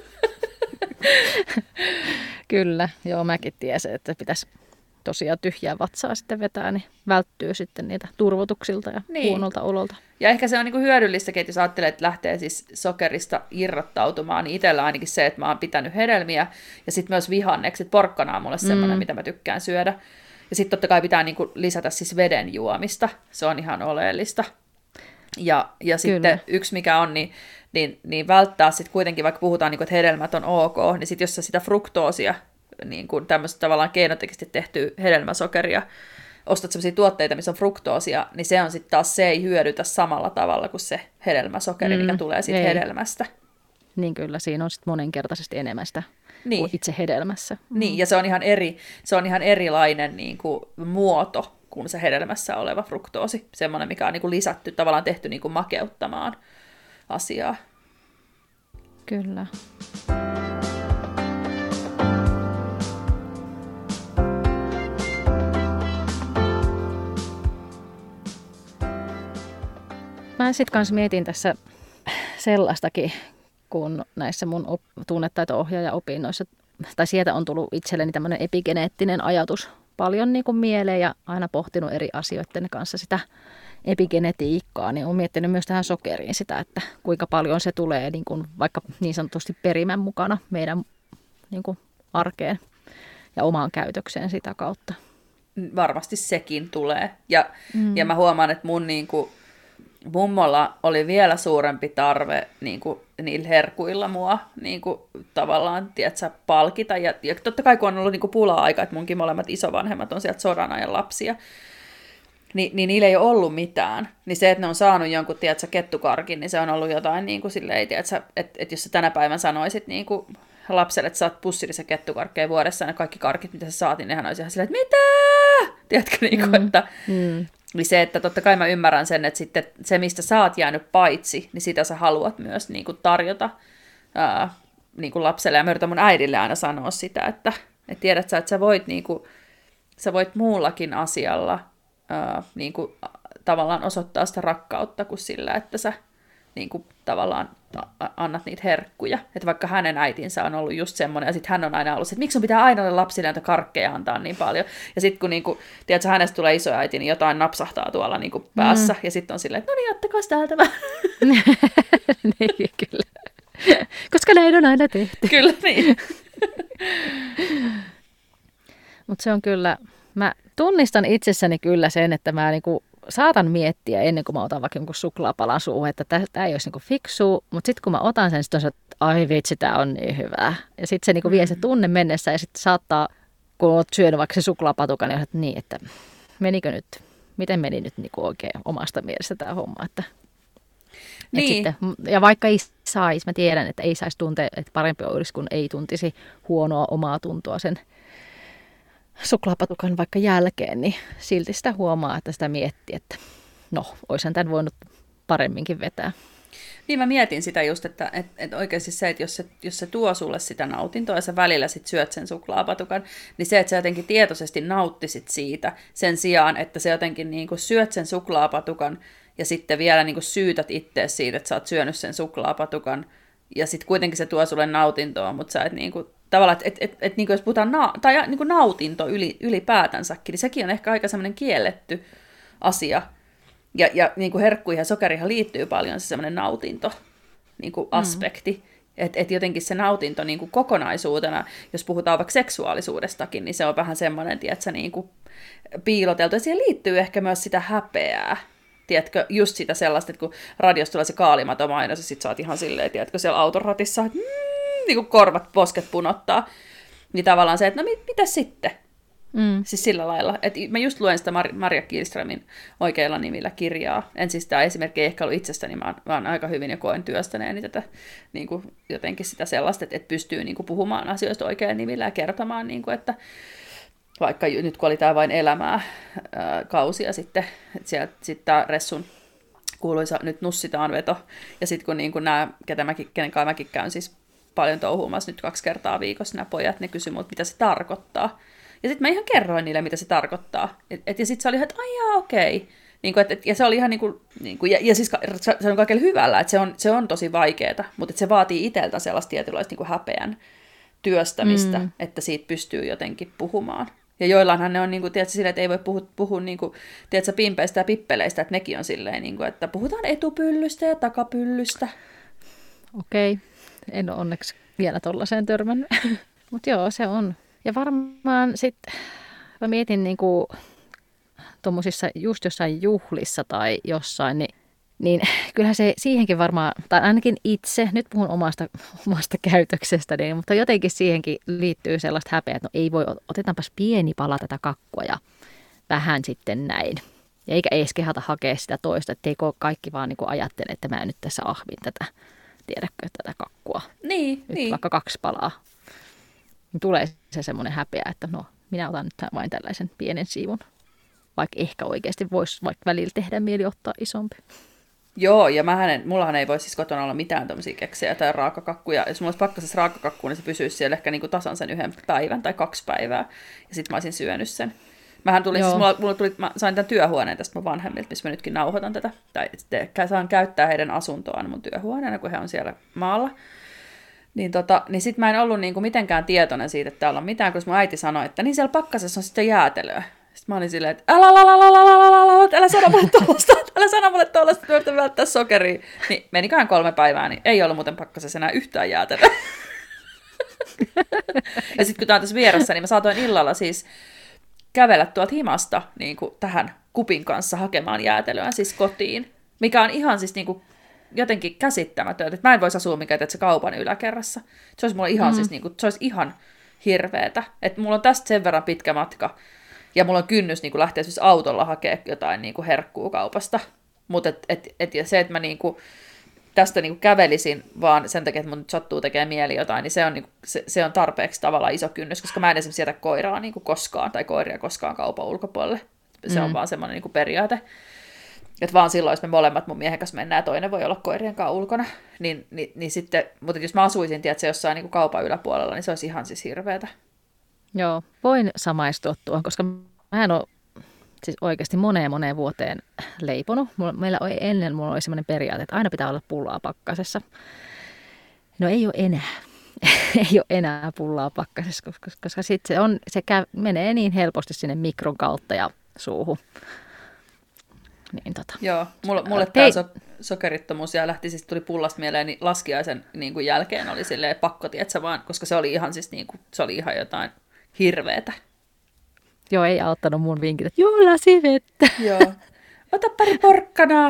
Speaker 2: Kyllä, joo, mäkin tiesin, että pitäisi tosiaan tyhjää vatsaa sitten vetää, niin välttyy sitten niitä turvotuksilta ja niin. huonolta ololta.
Speaker 1: Ja ehkä se on niinku hyödyllistäkin, että jos ajattelee, että lähtee siis sokerista irrottautumaan, niin itsellä ainakin se, että mä oon pitänyt hedelmiä ja sitten myös vihannekset. Porkkana on mulle semmoinen, mm. mitä mä tykkään syödä. Ja sitten totta kai pitää niinku lisätä siis veden juomista, se on ihan oleellista. Ja, ja sitten yksi mikä on, niin, niin, niin välttää sitten kuitenkin, vaikka puhutaan, niin kuin, että hedelmät on ok, niin sitten jos sä sitä fruktoosia, niin kuin tämmöistä tavallaan keinotekisesti tehtyä hedelmäsokeria, ostat sellaisia tuotteita, missä on fruktoosia, niin se on sitten taas, se ei hyödytä samalla tavalla kuin se hedelmäsokeri, mm, mikä tulee sitten hedelmästä.
Speaker 2: Niin kyllä, siinä on sitten monenkertaisesti enemmän sitä niin. kuin itse hedelmässä. Mm.
Speaker 1: Niin, ja se on ihan, eri, se on ihan erilainen niin kuin, muoto kuin se hedelmässä oleva fruktoosi. Semmoinen, mikä on niin kuin lisätty, tavallaan tehty niin kuin makeuttamaan asiaa.
Speaker 2: Kyllä. Mä sitten kanssa mietin tässä sellaistakin, kun näissä mun op- tunnetaito-ohjaaja-opinnoissa, tai sieltä on tullut itselleni tämmöinen epigeneettinen ajatus paljon niin kuin mieleen ja aina pohtinut eri asioiden kanssa sitä epigenetiikkaa, niin olen miettinyt myös tähän sokeriin sitä, että kuinka paljon se tulee niin kuin vaikka niin sanotusti perimän mukana meidän niin kuin arkeen ja omaan käytökseen sitä kautta.
Speaker 1: Varmasti sekin tulee. Ja, mm. ja mä huomaan, että mun niin kuin mummolla oli vielä suurempi tarve niin kuin niillä herkuilla mua niin kuin, tavallaan, tiedätkö, palkita. Ja, ja totta kai kun on ollut niin kuin pula-aika, että munkin molemmat isovanhemmat on sieltä sodan ajan lapsia, niin, niin niillä ei ole ollut mitään. Niin se, että ne on saanut jonkun, tiedätkö, kettukarkin, niin se on ollut jotain niin kuin silleen, tiedätkö, että, että jos sä tänä päivänä sanoisit niin kuin lapselle, että saat pussillisen kettukarkkeja vuodessa, ja kaikki karkit, mitä sä saat, niin nehän olisi ihan silleen, että mitä? Tiedätkö, niin kuin,
Speaker 2: Mm.
Speaker 1: että
Speaker 2: Mm.
Speaker 1: niin se, että totta kai mä ymmärrän sen, että sitten se, mistä sä oot jäänyt paitsi, niin sitä sä haluat myös niin kuin tarjota ää, niin kuin lapselle. Ja mä yritän mun äidille aina sanoa sitä, että, että tiedät sä, että sä voit, niin kuin, sä voit muullakin asialla ää, niin kuin, tavallaan osoittaa sitä rakkautta kuin sillä, että sä niin kuin, tavallaan annat niitä herkkuja. Että vaikka hänen äitinsä on ollut just semmoinen, ja sitten hän on aina ollut, että miksi sun pitää aina olla lapsille näitä karkkeja antaa niin paljon. Ja sitten kun, niin kuin, tiedätkö, hänestä tulee isoäiti, niin jotain napsahtaa tuolla niin kuin päässä, mm. ja sitten on silleen, että no niin, ottakaa täältä vähän.
Speaker 2: Niin, kyllä. Koska näin on aina tehty.
Speaker 1: Kyllä, niin.
Speaker 2: Mutta se on kyllä, mä tunnistan itsessäni kyllä sen, että mä niinku saatan miettiä ennen kuin mä otan vaikka jonkun suklaapalan suuhun, että tämä ei olisi niinku fiksua, mutta sitten kun mä otan sen, sitten on se, että ai vitsi, tämä on niin hyvää. Ja sitten se niinku vie se tunne mennessä ja sitten saattaa, kun oot syönyt vaikka se suklaapatukan, niin että niin, että menikö nyt, miten meni nyt niinku oikein omasta mielestä tämä homma, että
Speaker 1: niin.
Speaker 2: Et sitten, ja vaikka ei saisi, mä tiedän, että ei saisi tuntea, että parempi olisi, kun ei tuntisi huonoa omaa tuntoa sen suklaapatukan vaikka jälkeen, niin silti sitä huomaa, että sitä miettii, että no, olisin tämän voinut paremminkin vetää.
Speaker 1: Niin mä mietin sitä just, että et, et oikeasti se, että jos se, jos se tuo sulle sitä nautintoa ja sä välillä sit syöt sen suklaapatukan, niin se, että sä jotenkin tietoisesti nauttisit siitä sen sijaan, että sä jotenkin niinku syöt sen suklaapatukan ja sitten vielä niinku syytät ittees siitä, että sä oot syönyt sen suklaapatukan ja sitten kuitenkin se tuo sulle nautintoa, mutta sä et niinku, tavallaan, että et, et, et, niinku jos puhutaan na- tai niinku nautinto yli, ylipäätänsäkin, niin sekin on ehkä aika semmoinen kielletty asia. Ja, ja niin kuin herkkuihin ja sokerihan liittyy paljon se semmoinen nautinto niin kuin aspekti. Mm. Että et jotenkin se nautinto niin kuin kokonaisuutena, jos puhutaan vaikka seksuaalisuudestakin, niin se on vähän semmoinen, tiedätkö, niin kuin piiloteltu. Ja siihen liittyy ehkä myös sitä häpeää. Tiedätkö, just sitä sellaista, että kun radiossa tulee se kaalimaton mainos, ja sit sä oot ihan silleen, tiedätkö, siellä autoratissa, että mm, niin kuin korvat, posket punottaa. Niin tavallaan se, että no mit, mitä sitten? Mm. Siis sillä lailla. Että mä just luen sitä Mar- Marja Kihlströmin oikeilla nimillä kirjaa. En siis tämä esimerkki ei ehkä ollut itsestäni, mä oon aika hyvin jo koen työstäneeni tätä niin kuin jotenkin sitä sellaista, että, että pystyy niin kuin puhumaan asioista oikeilla nimillä ja kertomaan, niin kuin, että vaikka nyt kun oli tämä vain elämää ää, kausia sitten, että sieltä sitten tämä Ressun kuuluisa nyt nussitaan veto, ja sitten kun, niin kuin nämä, ketä mäkin, kenen kanssa mäkin käyn siis paljon touhuumassa nyt kaksi kertaa viikossa, nämä pojat, ne kysyivät multa, mitä se tarkoittaa. Ja sitten mä ihan kerroin niille, mitä se tarkoittaa. Et, et, ja sitten se oli ihan, että aijaa, okei. Niinku, et, et, ja se oli ihan niin kuin, niin kuin ja, ja siis se on kaikella hyvällä, että se on, se on tosi vaikeaa, mutta se vaatii itseltä sellaista tietynlaista niin kuin häpeän työstämistä, mm. että siitä pystyy jotenkin puhumaan. Ja joillainhan ne on, niin kuin, tiedätkö, silleen, että ei voi puhua, puhua niin kuin, tiedätkö, pimpeistä ja pippeleistä, että nekin on silleen, niin kuin, että puhutaan etupyllystä ja takapyllystä.
Speaker 2: Okei, en ole onneksi vielä tollaiseen törmännyt, mutta joo, se on. Ja varmaan sitten, mä mietin niinku tuommoisissa just jossain juhlissa tai jossain, niin, niin kyllähän se siihenkin varmaan, tai ainakin itse, nyt puhun omasta, omasta käytöksestäni, niin, mutta jotenkin siihenkin liittyy sellaista häpeää, että no ei voi, otetaanpas pieni pala tätä kakkua ja vähän sitten näin. Ja eikä edes kehata hakea sitä toista, ettei kaikki vaan niinku ajattele, että mä nyt tässä ahvin tätä, tiedätkö, tätä kakkua.
Speaker 1: Niin,
Speaker 2: nyt
Speaker 1: niin.
Speaker 2: Vaikka kaksi palaa. Tulee se semmoinen häpeä, että no, minä otan nyt vain tällaisen pienen siivun. Vaikka ehkä oikeasti voisi vaikka välillä tehdä mieli ottaa isompi.
Speaker 1: Joo, ja mähän, mullahan ei voi siis kotona olla mitään tommosia keksejä tai raakakakkuja. Jos mulla olisi pakkasessa raakakakku, niin se pysyisi siellä ehkä niinku tasan sen yhden päivän tai kaksi päivää. Ja sitten mä olisin syönyt sen. Mähän tuli, siis mulla, mulla tuli, mä sain tämän työhuoneen tästä mun vanhemmilta, missä mä nytkin nauhoitan tätä. Tai sitten saan käyttää heidän asuntoaan mun työhuoneena, kun he on siellä maalla. Niin, tota, niin sit mä en ollut niinku mitenkään tietoinen siitä, että täällä on mitään, koska mun äiti sanoi, että niin siellä pakkasessa on sitten jäätelöä. Sitten mä olin silleen, että älä, älä, älä, älä, älä, älä, älä, älä sano mulle tollaista, älä sano mulle tollaista, että mä yritän välttää sokeria. Niin menikään kolme päivää, niin ei ollut muuten pakkasessa enää yhtään jäätelöä. Ja sitten kun tää on tässä vieressä, niin mä saatoin illalla siis kävellä tuolta himasta niin kuin tähän kupin kanssa hakemaan jäätelöä siis kotiin, mikä on ihan siis niin kuin jotenkin käsittämätöntä, että mä en voisi asua mikään se kaupan yläkerrassa. Se olisi mulle ihan, mm. siis, niin kuin, se olisi ihan hirveetä. Että mulla on tästä sen verran pitkä matka, ja mulla on kynnys niin kuin lähteä siis autolla hakemaan jotain niin kuin herkkuu kaupasta. Mutta et, et, et, ja se, että mä niin kuin, tästä niin kuin kävelisin vaan sen takia, että mun nyt sattuu tekemään mieli jotain, niin se on, niin kuin, se, se on tarpeeksi tavallaan iso kynnys, koska mä en esimerkiksi jätä koiraa niin kuin koskaan tai koiria koskaan kaupan ulkopuolelle. Se on mm. vaan semmoinen niin kuin periaate. Että vaan silloin, jos me molemmat mun miehen kanssa mennään ja toinen voi olla koirien kanssa ulkona, niin, niin, niin sitten, mutta jos mä asuisin, tiedätkö, jossain niin kuin kaupan yläpuolella, niin se olisi ihan siis hirveetä.
Speaker 2: Joo, voin samaistua tuohon, koska mä en ole siis oikeasti moneen moneen vuoteen leiponut. Meillä oli ennen mulla oli sellainen periaate, että aina pitää olla pullaa pakkasessa. No ei ole enää. ei ole enää pullaa pakkasessa, koska, koska sitten se, on, se käy, menee niin helposti sinne mikron kautta ja suuhun. Niin, tota.
Speaker 1: Joo, mulle, mulle tämä so, sokerittomuus ja lähti siis tuli pullasta mieleen, niin laskiaisen niin kuin jälkeen oli silleen pakko, tietsä vaan, koska se oli ihan siis niin kuin, se oli ihan jotain hirveetä.
Speaker 2: Joo, ei auttanut mun vinkit, että joo, lasivettä.
Speaker 1: Joo, ota pari porkkanaa.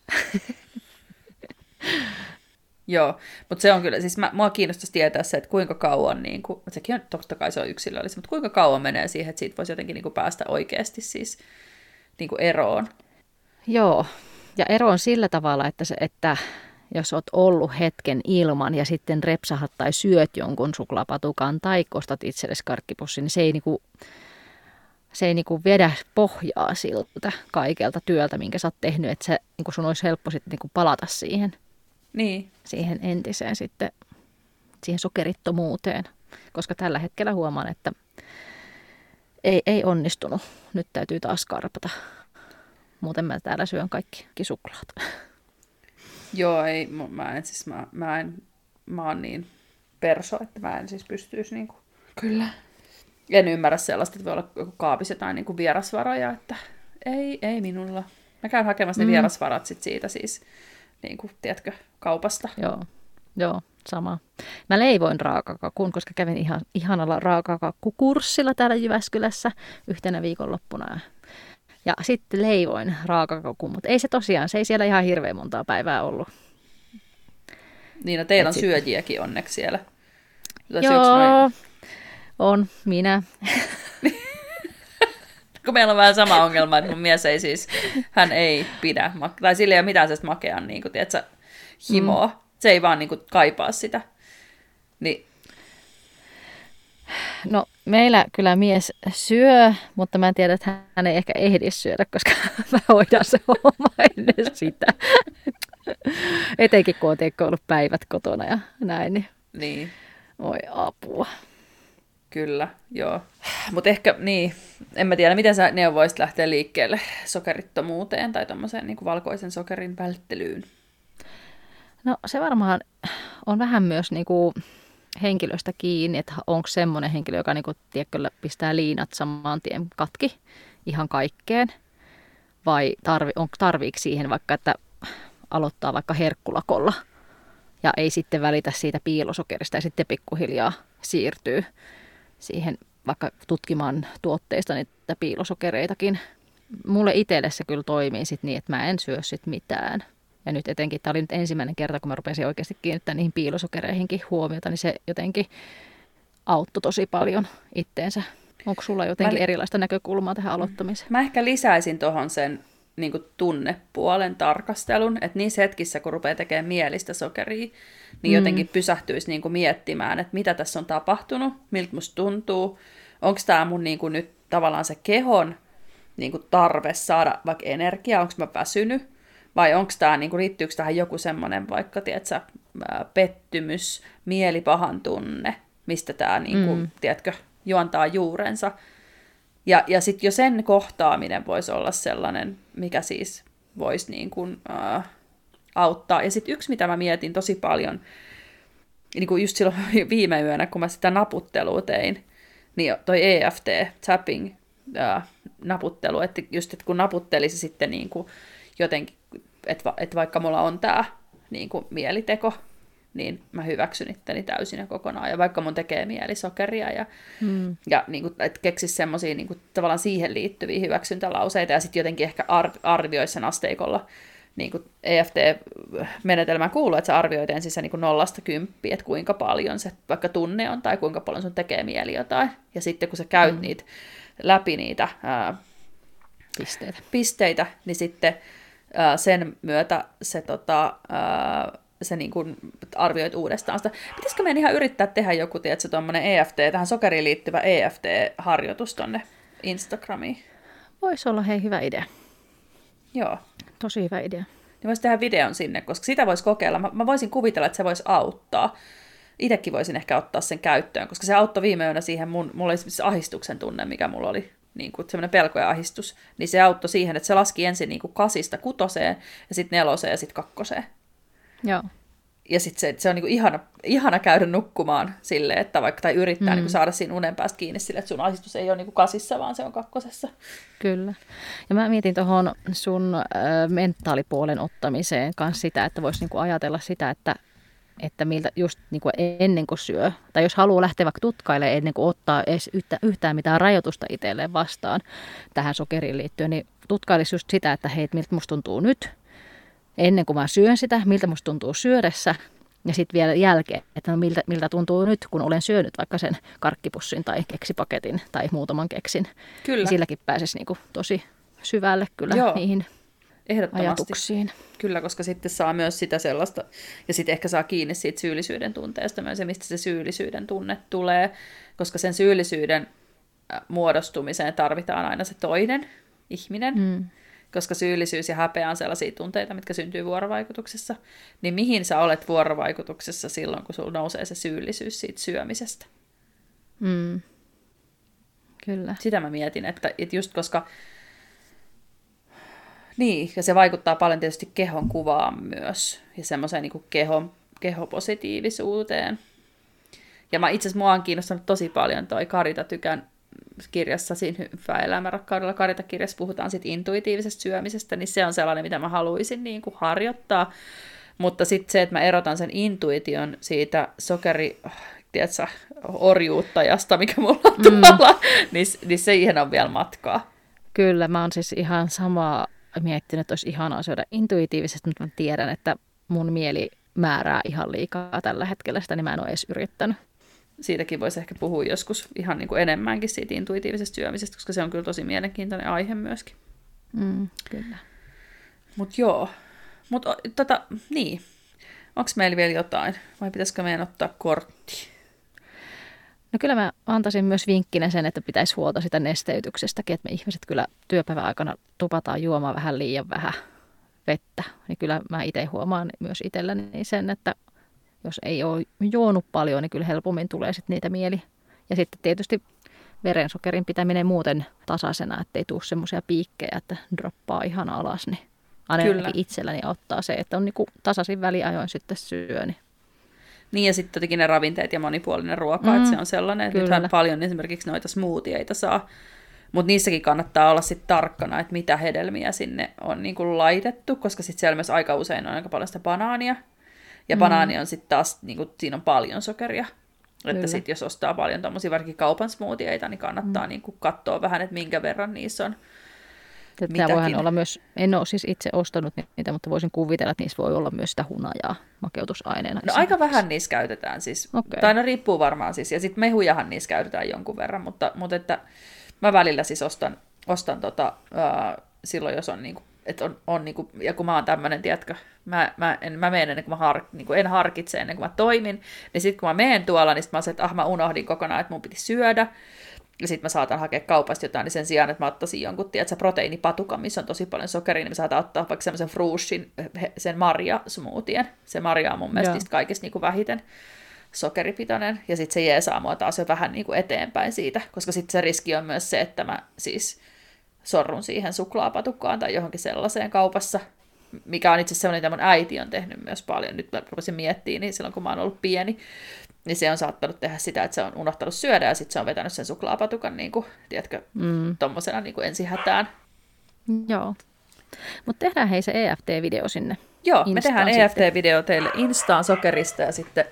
Speaker 1: Joo, mutta se on kyllä, siis mä, mua kiinnostaisi tietää se, että kuinka kauan, niin kuin, sekin on, totta kai se on yksilöllistä, mutta kuinka kauan menee siihen, että siitä voisi jotenkin niin kuin päästä oikeasti siis niin kuin eroon.
Speaker 2: Joo, ja ero on sillä tavalla, että, se, että jos olet ollut hetken ilman ja sitten repsahat tai syöt jonkun suklaapatukan tai kostat itsellesi karkkipussin, niin se ei, niinku, se ei niinku vedä pohjaa siltä kaikelta työltä, minkä sä oot tehnyt, että se, niinku sun olisi helppo sitten niinku palata siihen,
Speaker 1: niin.
Speaker 2: siihen entiseen sitten, siihen sokerittomuuteen, koska tällä hetkellä huomaan, että ei, ei onnistunut. Nyt täytyy taas karpata. Muuten mä täällä syön kaikki suklaat.
Speaker 1: Joo, ei, mä en siis, mä, mä en, mä oon niin perso, että mä en siis pystyisi niinku, kyllä. En ymmärrä sellaista, että voi olla kaapissa jotain niinku vierasvaroja, että ei, ei minulla. Mä käyn hakemassa mm. ne vierasvarat sit siitä siis, niinku, tiedätkö, kaupasta.
Speaker 2: Joo, joo, sama. Mä leivoin raakakakun, koska kävin ihan, ihanalla raakakakkukurssilla täällä Jyväskylässä yhtenä viikonloppuna. Ja sitten leivoin raakakakun, mutta ei se tosiaan, se ei siellä ihan hirveän montaa päivää ollut.
Speaker 1: Niin, no teillä Et on sit... syöjiäkin onneksi siellä. Jota
Speaker 2: Joo, on, minä.
Speaker 1: Kun meillä on vähän sama ongelma, että mun mies ei siis, hän ei pidä, tai sillä ei ole mitään sellaista makean, niin kuin, tiedätkö, himoa. Mm. Se ei vaan niin kuin, kaipaa sitä. Niin.
Speaker 2: No meillä kyllä mies syö, mutta mä en tiedä, että hän ei ehkä ehdi syödä, koska mä hoidan se homma ennen sitä. Etenkin kun on ollut päivät kotona ja näin, niin,
Speaker 1: niin.
Speaker 2: Oi apua.
Speaker 1: Kyllä, joo. Mutta ehkä, niin, en mä tiedä, miten sä neuvoisit lähteä liikkeelle sokerittomuuteen tai tommoseen niin kuin valkoisen sokerin välttelyyn?
Speaker 2: No se varmaan on vähän myös niin kuin henkilöstä kiinni, että onko semmoinen henkilö, joka niin kuin, tiedätkö, pistää liinat saman tien katki ihan kaikkeen, vai tarvi, onko tarviiko siihen vaikka, että aloittaa vaikka herkkulakolla ja ei sitten välitä siitä piilosokerista ja sitten pikkuhiljaa siirtyy siihen vaikka tutkimaan tuotteista niitä piilosokereitakin. Mulle itselle se kyllä toimii sit niin, että mä en syö sit mitään. Ja nyt etenkin, tämä oli nyt ensimmäinen kerta, kun mä rupesin oikeasti kiinnittämään niihin piilosokereihinkin huomiota, niin se jotenkin auttoi tosi paljon itteensä. Onko sulla jotenkin mä... erilaista näkökulmaa tähän aloittamiseen?
Speaker 1: Mä ehkä lisäisin tuohon sen niin kuin tunnepuolen tarkastelun, että niissä hetkissä, kun rupeaa tekemään mielistä sokeria, niin jotenkin mm. pysähtyisi niin kuin miettimään, että mitä tässä on tapahtunut, miltä musta tuntuu, onko tämä mun niin kuin nyt tavallaan se kehon niin kuin tarve saada vaikka energiaa, onko mä väsynyt, vai onko tämä, niin kuin, liittyykö tähän joku semmoinen vaikka, tiedätkö, pettymys, mielipahan tunne, mistä tämä, niin kuin, mm. tiedätkö, juontaa juurensa. Ja, ja sitten jo sen kohtaaminen voisi olla sellainen, mikä siis voisi niin kuin, äh, auttaa. Ja sitten yksi, mitä mä mietin tosi paljon, niin kuin just silloin viime yönä, kun mä sitä naputtelua tein, niin toi E F T, tapping, äh, naputtelu, että just että kun naputtelisi sitten niin kuin jotenkin, että et vaikka mulla on tämä niin kuin mieliteko, niin mä hyväksyn itteni täysin ja kokonaan. Ja vaikka mun tekee mieli sokeria ja, hmm. ja niin kuin, että keksisi semmoisia niin kuin, tavallaan siihen liittyviä hyväksyntälauseita ja sitten jotenkin ehkä ar- arvioisi sen asteikolla niin kuin E F T-menetelmään kuuluu, että sä arvioit ensin se niin kuin nollasta kymppiä, että kuinka paljon se vaikka tunne on tai kuinka paljon sun tekee mieli jotain. Ja sitten kun sä käyt hmm. niitä, läpi niitä ää,
Speaker 2: pisteitä.
Speaker 1: pisteitä, niin sitten ää, sen myötä se tota, ää, sä niin kuin arvioit uudestaan sitä. Pitäisikö meidän ihan yrittää tehdä joku, tiedätkö, tuommoinen E F T, tähän sokeriin liittyvä E F T-harjoitus tonne Instagramiin?
Speaker 2: Voisi olla hei hyvä idea.
Speaker 1: Joo.
Speaker 2: Tosi hyvä idea.
Speaker 1: Niin voisi tehdä videon sinne, koska sitä voisi kokeilla. Mä, mä voisin kuvitella, että se voisi auttaa. Itsekin voisin ehkä ottaa sen käyttöön, koska se auttoi viime yönä siihen, mun, mulla oli siis ahdistuksen tunne, mikä mulla oli, niin kuin semmoinen pelko ja ahdistus, niin se auttoi siihen, että se laski ensin niin kuin kasista kutoseen, ja sitten neloseen, ja sitten kakkoseen.
Speaker 2: Joo.
Speaker 1: Ja sitten se, se on niin kuin ihana, ihana käydä nukkumaan silleen, että vaikka, tai yrittää mm. niin kuin saada siinä unen päästä kiinni sille, että sun ahdistus ei ole niin kuin kasissa, vaan se on kakkosessa.
Speaker 2: Kyllä. Ja mä mietin tuohon sun äh, mentaalipuolen ottamiseen kanssa sitä, että voisi niinku ajatella sitä, että, että miltä just niinku ennen kuin syö, tai jos haluaa lähteä vaikka tutkailemaan ennen kuin ottaa edes yhtä, yhtään mitään rajoitusta itselleen vastaan tähän sokeriin liittyen, niin tutkailisi just sitä, että hei, miltä musta tuntuu nyt, ennen kuin mä syön sitä, miltä musta tuntuu syödessä, ja sitten vielä jälkeen, että no miltä, miltä tuntuu nyt, kun olen syönyt vaikka sen karkkipussin tai keksipaketin tai muutaman keksin.
Speaker 1: Kyllä.
Speaker 2: Niin silläkin pääsisi niinku tosi syvälle kyllä
Speaker 1: Joo,
Speaker 2: niihin
Speaker 1: ehdottomasti.
Speaker 2: ajatuksiin.
Speaker 1: Kyllä, koska sitten saa myös sitä sellaista, ja sitten ehkä saa kiinni siitä syyllisyyden tunteesta myös, se mistä se syyllisyyden tunne tulee, koska sen syyllisyyden muodostumiseen tarvitaan aina se toinen ihminen, mm. koska syyllisyys ja häpeä on sellaisia tunteita, mitkä syntyy vuorovaikutuksessa, niin mihin sä olet vuorovaikutuksessa silloin, kun sulla nousee se syyllisyys siitä syömisestä?
Speaker 2: Mm. Kyllä.
Speaker 1: Sitä mä mietin, että, että just koska, niin, ja se vaikuttaa paljon tietysti kehon kuvaan myös, ja semmoiseen niin kuin kehon, kehopositiivisuuteen. Ja mä itse asiassa mua on kiinnostanut tosi paljon toi Karita Tykän kirjassa, siinä Hyvää elämää rakkaudella Karita-kirjassa puhutaan sit intuitiivisesta syömisestä, niin se on sellainen, mitä mä haluaisin niin kuin harjoittaa. Mutta sitten se, että mä erotan sen intuition siitä sokeri, tiedätkö, orjuuttajasta, mikä mulla on tuolla, mm. niin, niin siihen on vielä matkaa.
Speaker 2: Kyllä, mä oon siis ihan samaa miettinyt, että olisi ihanaa syödä intuitiivisesti, mutta mä tiedän, että mun mieli määrää ihan liikaa tällä hetkellä sitä, niin mä en ole edes yrittänyt.
Speaker 1: Siitäkin voisi ehkä puhua joskus ihan niin kuin enemmänkin siitä intuitiivisesta syömisestä, koska se on kyllä tosi mielenkiintoinen aihe myöskin.
Speaker 2: Mm, kyllä.
Speaker 1: Mut joo. Mut tota, niin. Onko meillä vielä jotain? Vai pitäisikö meidän ottaa kortti?
Speaker 2: No kyllä mä antaisin myös vinkkinä sen, että pitäisi huolta sitä nesteytyksestäkin, että me ihmiset kyllä työpäivän aikana tupataan juomaan vähän liian vähän vettä. Niin kyllä mä itse huomaan myös itselläni sen, että jos ei ole juonut paljon, niin kyllä helpommin tulee sitten niitä mieli. Ja sitten tietysti verensokerin pitäminen muuten tasaisena, ettei tule semmoisia piikkejä, että droppaa ihan alas. Niin ainakin itselläni ottaa se, että on niinku tasaisin väliajoin sitten syö. Niin.
Speaker 1: Niin ja sitten jotenkin ne ravinteet ja monipuolinen ruoka, mm, että se on sellainen, että nythän paljon esimerkiksi noita smoothieita saa. Mutta niissäkin kannattaa olla sitten tarkkana, että mitä hedelmiä sinne on niinku laitettu, koska sitten siellä myös aika usein on aika paljon sitä banaania. Ja mm. banaani on sitten taas, niinku, siinä on paljon sokeria. Kyllä. Että sitten jos ostaa paljon tommosia varsinkin kaupan smoothieita, niin kannattaa mm. niinku katsoa vähän, että minkä verran niissä on.
Speaker 2: Tämä voihan olla myös, en ole siis itse ostanut niitä, mutta voisin kuvitella, että niissä voi olla myös sitä hunajaa makeutusaineena.
Speaker 1: No aika vähän niissä käytetään siis. Okay. Tai no riippuu varmaan siis. Ja sitten mehujahan niissä käytetään jonkun verran, mutta, mutta että mä välillä siis ostan, ostan tota, uh, silloin, jos on niinku, että on, on niinku, ja kun mä oon tämmönen, tiedätkö, mä, mä, en, mä menen ennen kuin mä har, niinku en harkitse ennen kuin mä toimin, niin sitten kun mä menen tuolla, niin sit mä oon se, että ah mä unohdin kokonaan, että mun piti syödä. Ja sitten mä saatan hakea kaupasta jotain, niin sen sijaan, että mä ottaisin jonkun, tiedätkö, proteiinipatukan, missä on tosi paljon sokeria, niin mä saatan ottaa vaikka semmoisen Fruushin, sen marja-smoothien. Se marja on mun mielestä kaikista niin kuin vähiten sokeripitoinen, ja sitten se jeesaa mua taas jo vähän niin kuin eteenpäin siitä, koska sitten se riski on myös se, että mä siis sorrun siihen suklaapatukkaan tai johonkin sellaiseen kaupassa, mikä on itse asiassa sellainen, mitä mun äiti on tehnyt myös paljon. Nyt mä rupesin miettimään, niin silloin kun mä oon ollut pieni, niin se on saattanut tehdä sitä, että se on unohtanut syödä ja sitten se on vetänyt sen suklaapatukan, niin kuin, tiedätkö, mm. tommosena niin kuin ensihätään.
Speaker 2: Joo. Mutta tehdään hei se E F T-video sinne.
Speaker 1: Joo,
Speaker 2: Instaan
Speaker 1: me tehdään sitten E F T-video teille Instaan sokerista ja sitten,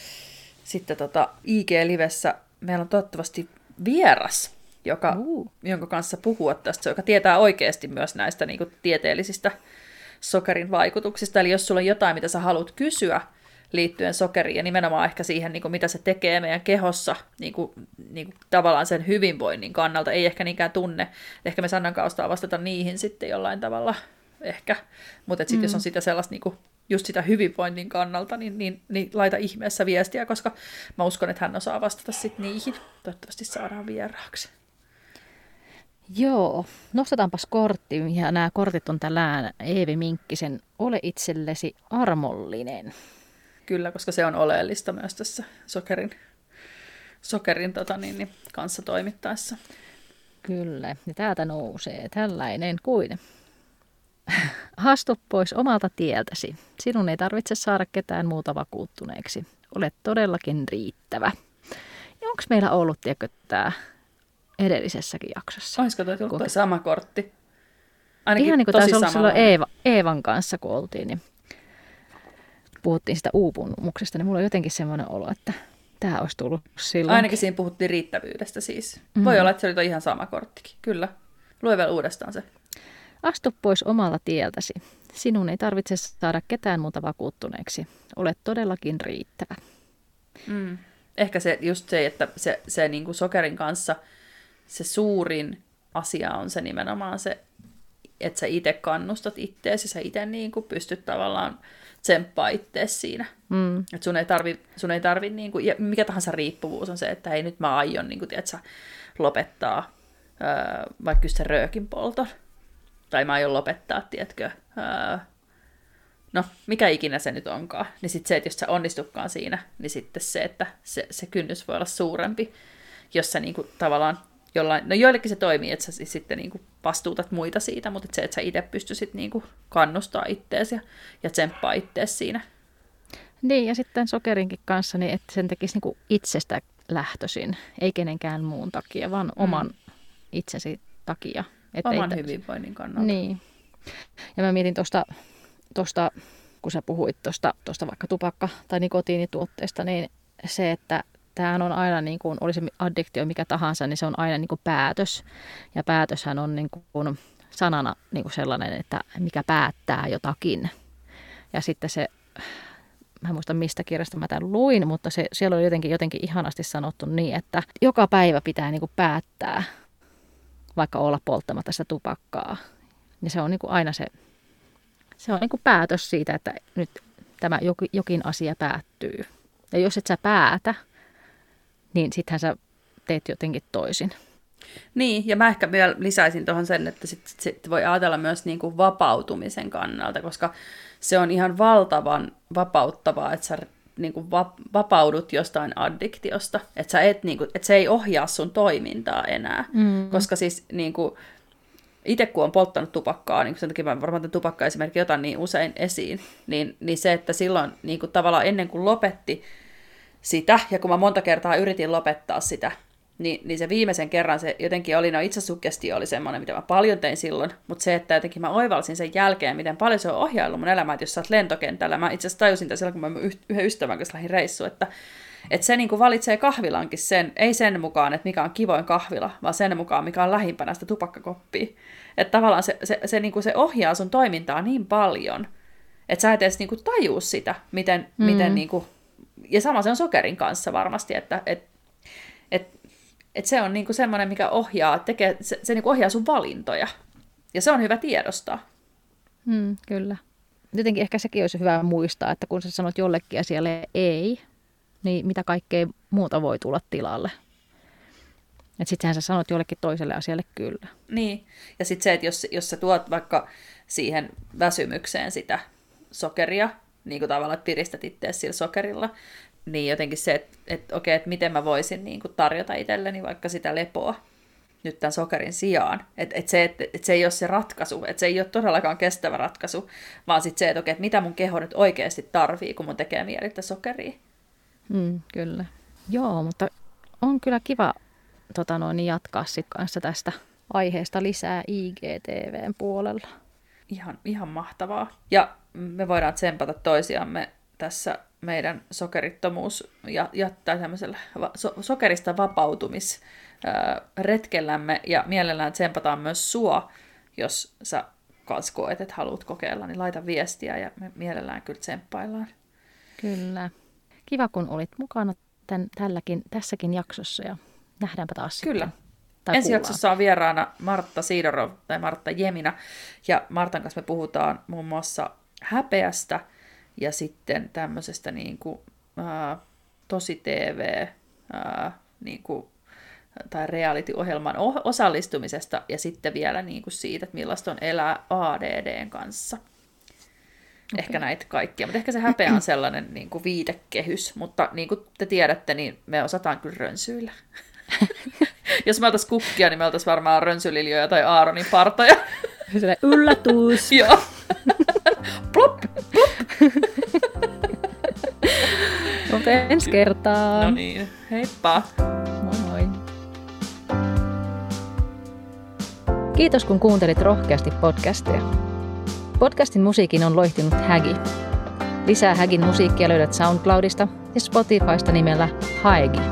Speaker 1: sitten tota I G-livessä meillä on toivottavasti vieras, joka, uh. jonka kanssa puhua tästä, joka tietää oikeasti myös näistä niin kuin tieteellisistä sokerin vaikutuksista. Eli jos sulla on jotain, mitä sä haluat kysyä liittyen sokeriin ja nimenomaan ehkä siihen, niin kuin mitä se tekee meidän kehossa niin kuin, niin kuin tavallaan sen hyvinvoinnin kannalta, ei ehkä niinkään tunne. Ehkä me Sannan kautta vastata niihin sitten jollain tavalla ehkä, mutta sitten mm. jos on sitä sellaista niin kuin just sitä hyvinvoinnin kannalta, niin, niin, niin laita ihmeessä viestiä, koska mä uskon, että hän osaa vastata sitten niihin. Toivottavasti saadaan vieraaksi.
Speaker 2: Joo, nostetaanpas kortti, ja nämä kortit on tällään Eevi Minkkisen Ole itsellesi armollinen.
Speaker 1: Kyllä, koska se on oleellista myös tässä sokerin, sokerin tota, niin, niin, kanssa toimittaessa.
Speaker 2: Kyllä, ja täältä nousee tällainen kuin: astu pois omalta tieltäsi. Sinun ei tarvitse saada ketään muuta vakuuttuneeksi. Olet todellakin riittävä. Ja onko meillä ollut, tiedätkö, tämä edellisessäkin jaksossa?
Speaker 1: Olisiko toi tullut toi sama kortti? Ainakin
Speaker 2: ihan niin kuin
Speaker 1: tosi
Speaker 2: taisi olla silloin
Speaker 1: samanlainen.
Speaker 2: Eeva, Eevan kanssa, kun oltiin, niin puhuttiin sitä uupumuksesta, niin mulla on jotenkin semmoinen olo, että tämä olisi tullut silloin.
Speaker 1: Ainakin siinä puhuttiin riittävyydestä siis. Mm-hmm. Voi olla, että se oli toi ihan sama korttikin. Kyllä. Lue vielä uudestaan se.
Speaker 2: Astu pois omalta tieltäsi. Sinun ei tarvitse saada ketään muuta vakuuttuneeksi. Olet todellakin riittävä.
Speaker 1: Mm. Ehkä se, just se, että se, se niin kuin sokerin kanssa se suurin asia on se nimenomaan se, että sä itse kannustat itteesi, sä itse niin kuin pystyt tavallaan tsemppaa itteesi siinä. Mm. Että sun ei tarvi, sun ei tarvi niin kuin, ja mikä tahansa riippuvuus on se, että hei nyt mä aion niin kuin, tiedätkö, lopettaa öö, vaikka just se röökin polton. Tai mä aion lopettaa, tiedätkö, öö, no mikä ikinä se nyt onkaan. Niin sitten se, että jos sä onnistukaan siinä, niin sitten se, että se, se kynnys voi olla suurempi, jos sä niin kuin, tavallaan jollain, no joillekin se toimii, että sä sitten niin kuin vastuutat muita siitä, mutta että se, että sä itse pystyisit niin kuin kannustaa itteesi ja, ja tsemppaa itteesi siinä.
Speaker 2: Niin, ja sitten sokerinkin kanssa, niin että sen tekisi niin kuin itsestä lähtöisin, ei kenenkään muun takia, vaan mm. oman itsesi takia. Että
Speaker 1: oman
Speaker 2: ei,
Speaker 1: hyvinvoinnin kannalta.
Speaker 2: Niin. Ja mä mietin tuosta, tosta, kun sä puhuit tuosta tosta vaikka tupakka- tai nikotiinituotteesta, niin se, että tämähän on aina, niin kuin, olisi addiktio mikä tahansa, niin se on aina niin kuin päätös. Ja päätöshän on niin kuin sanana niin kuin sellainen, että mikä päättää jotakin. Ja sitten se, mä en muista mistä kirjasta mä tämän luin, mutta se, siellä oli jotenkin, jotenkin ihanasti sanottu niin, että joka päivä pitää niin kuin päättää, vaikka olla polttamatta sitä tupakkaa. Ja se on niin kuin aina se, se on niin kuin päätös siitä, että nyt tämä jokin asia päättyy. Ja jos et sä päätä, niin sittenhän sä teet jotenkin toisin.
Speaker 1: Niin, ja mä ehkä vielä lisäisin tuohon sen, että sit, sit voi ajatella myös niin kuin vapautumisen kannalta, koska se on ihan valtavan vapauttavaa, että sä niin kuin vapaudut jostain addiktiosta, että, sä et, niin kuin, että se ei ohjaa sun toimintaa enää, mm. koska siis niin kuin, itse kun on polttanut tupakkaa, niin sen takia mä varmaan tämän tupakka-esimerkki otan niin usein esiin, niin, niin se, että silloin niin kuin tavallaan ennen kuin lopetti sitä, ja kun mä monta kertaa yritin lopettaa sitä, niin, niin se viimeisen kerran se jotenkin oli, no itsesugestio oli semmoinen, mitä mä paljon tein silloin, mutta se, että jotenkin mä oivalsin sen jälkeen, miten paljon se on ohjaillut mun elämää, että jos sä oot lentokentällä, mä itse asiassa tajusin tämän silloin, kun mä yhden ystävän kanssa lähdin reissuun, että, että se niin kuin valitsee kahvilankin sen, ei sen mukaan, että mikä on kivoin kahvila, vaan sen mukaan, mikä on lähimpänä sitä tupakkakoppia. Että tavallaan se, se, se, niin kuin se ohjaa sun toimintaa niin paljon, että sä et edes niin kuin tajuu sitä, miten, mm. miten niin kuin, ja sama se on sokerin kanssa varmasti, että et, et, et se on niinku semmoinen, mikä ohjaa, tekee, se, se niinku ohjaa sun valintoja. Ja se on hyvä tiedostaa.
Speaker 2: Mm, kyllä. Jotenkin ehkä sekin olisi hyvä muistaa, että kun sä sanot jollekin asialle ei, niin mitä kaikkea muuta voi tulla tilalle. Että sittenhän sä sanot jollekin toiselle asialle kyllä.
Speaker 1: Niin, ja sitten se, että jos, jos sä tuot vaikka siihen väsymykseen sitä sokeria, niin kuin tavallaan, että piristät itseäsi sillä sokerilla, niin jotenkin se, että, että okei, että miten mä voisin niin kuin tarjota itselleni vaikka sitä lepoa nyt tämän sokerin sijaan. Että, että, se, että, että se ei ole se ratkaisu, että se ei ole todellakaan kestävä ratkaisu, vaan sitten se, että okei, että mitä mun keho nyt oikeasti tarvii, kun mun tekee mieli tätä sokeria.
Speaker 2: Mm, kyllä. Joo, mutta on kyllä kiva tota noin, jatkaa sit kanssa tästä aiheesta lisää I G T V:n puolella.
Speaker 1: Ihan, ihan mahtavaa. Ja me voidaan tsempata toisiamme tässä meidän sokerittomuus ja jättää tämmöisellä so, sokerista vapautumisretkellämme ja mielellään tsempataan myös sua, jos sä kans koet, että haluat kokeilla, niin laita viestiä ja me mielellään kyllä tsemppaillaan.
Speaker 2: Kyllä. Kiva, kun olit mukana tämän, tälläkin, tässäkin jaksossa ja nähdäänpä taas
Speaker 1: Kyllä.
Speaker 2: Sitten.
Speaker 1: Ensi jaksossa on vieraana Martta Sidorov tai Martta Jemina ja Martan kanssa me puhutaan muun muassa häpeästä ja sitten tämmöisestä niin kuin, ää, tosi T V ää, niin kuin, tai reality-ohjelman osallistumisesta ja sitten vielä niin kuin siitä, että millaista on elää A D D:n kanssa. Okay. Ehkä näitä kaikkia, mutta ehkä se häpeä on sellainen niin kuin viitekehys, mutta niin kuin te tiedätte, niin me osataan kyllä rönsyillä. Jos me oltaisiin kukkia, niin me oltaisiin varmaan rönsyliljoja tai Aaronin partoja.
Speaker 2: Se yllätys.
Speaker 1: Joo. Plop, plop.
Speaker 2: Mutta ensi kertaa.
Speaker 1: No niin, heippa.
Speaker 2: Moi moi. Kiitos kun kuuntelit rohkeasti podcastia. Podcastin musiikin on loihtinut Hägi. Lisää Hägin musiikkia löydät SoundCloudista ja Spotifysta nimellä Haegi.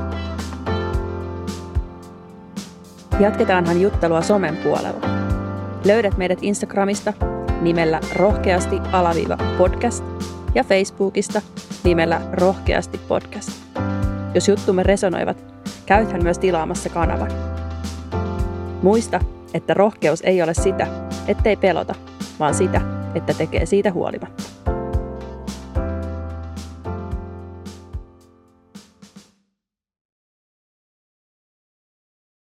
Speaker 1: Jatketaanhan juttelua somen puolella. Löydät meidät Instagramista nimellä rohkeasti alaviiva podcast ja Facebookista nimellä rohkeasti podcast. Jos juttumme resonoivat, käythän myös tilaamassa kanavan. Muista, että rohkeus ei ole sitä, ettei pelota, vaan sitä, että tekee siitä huolimatta.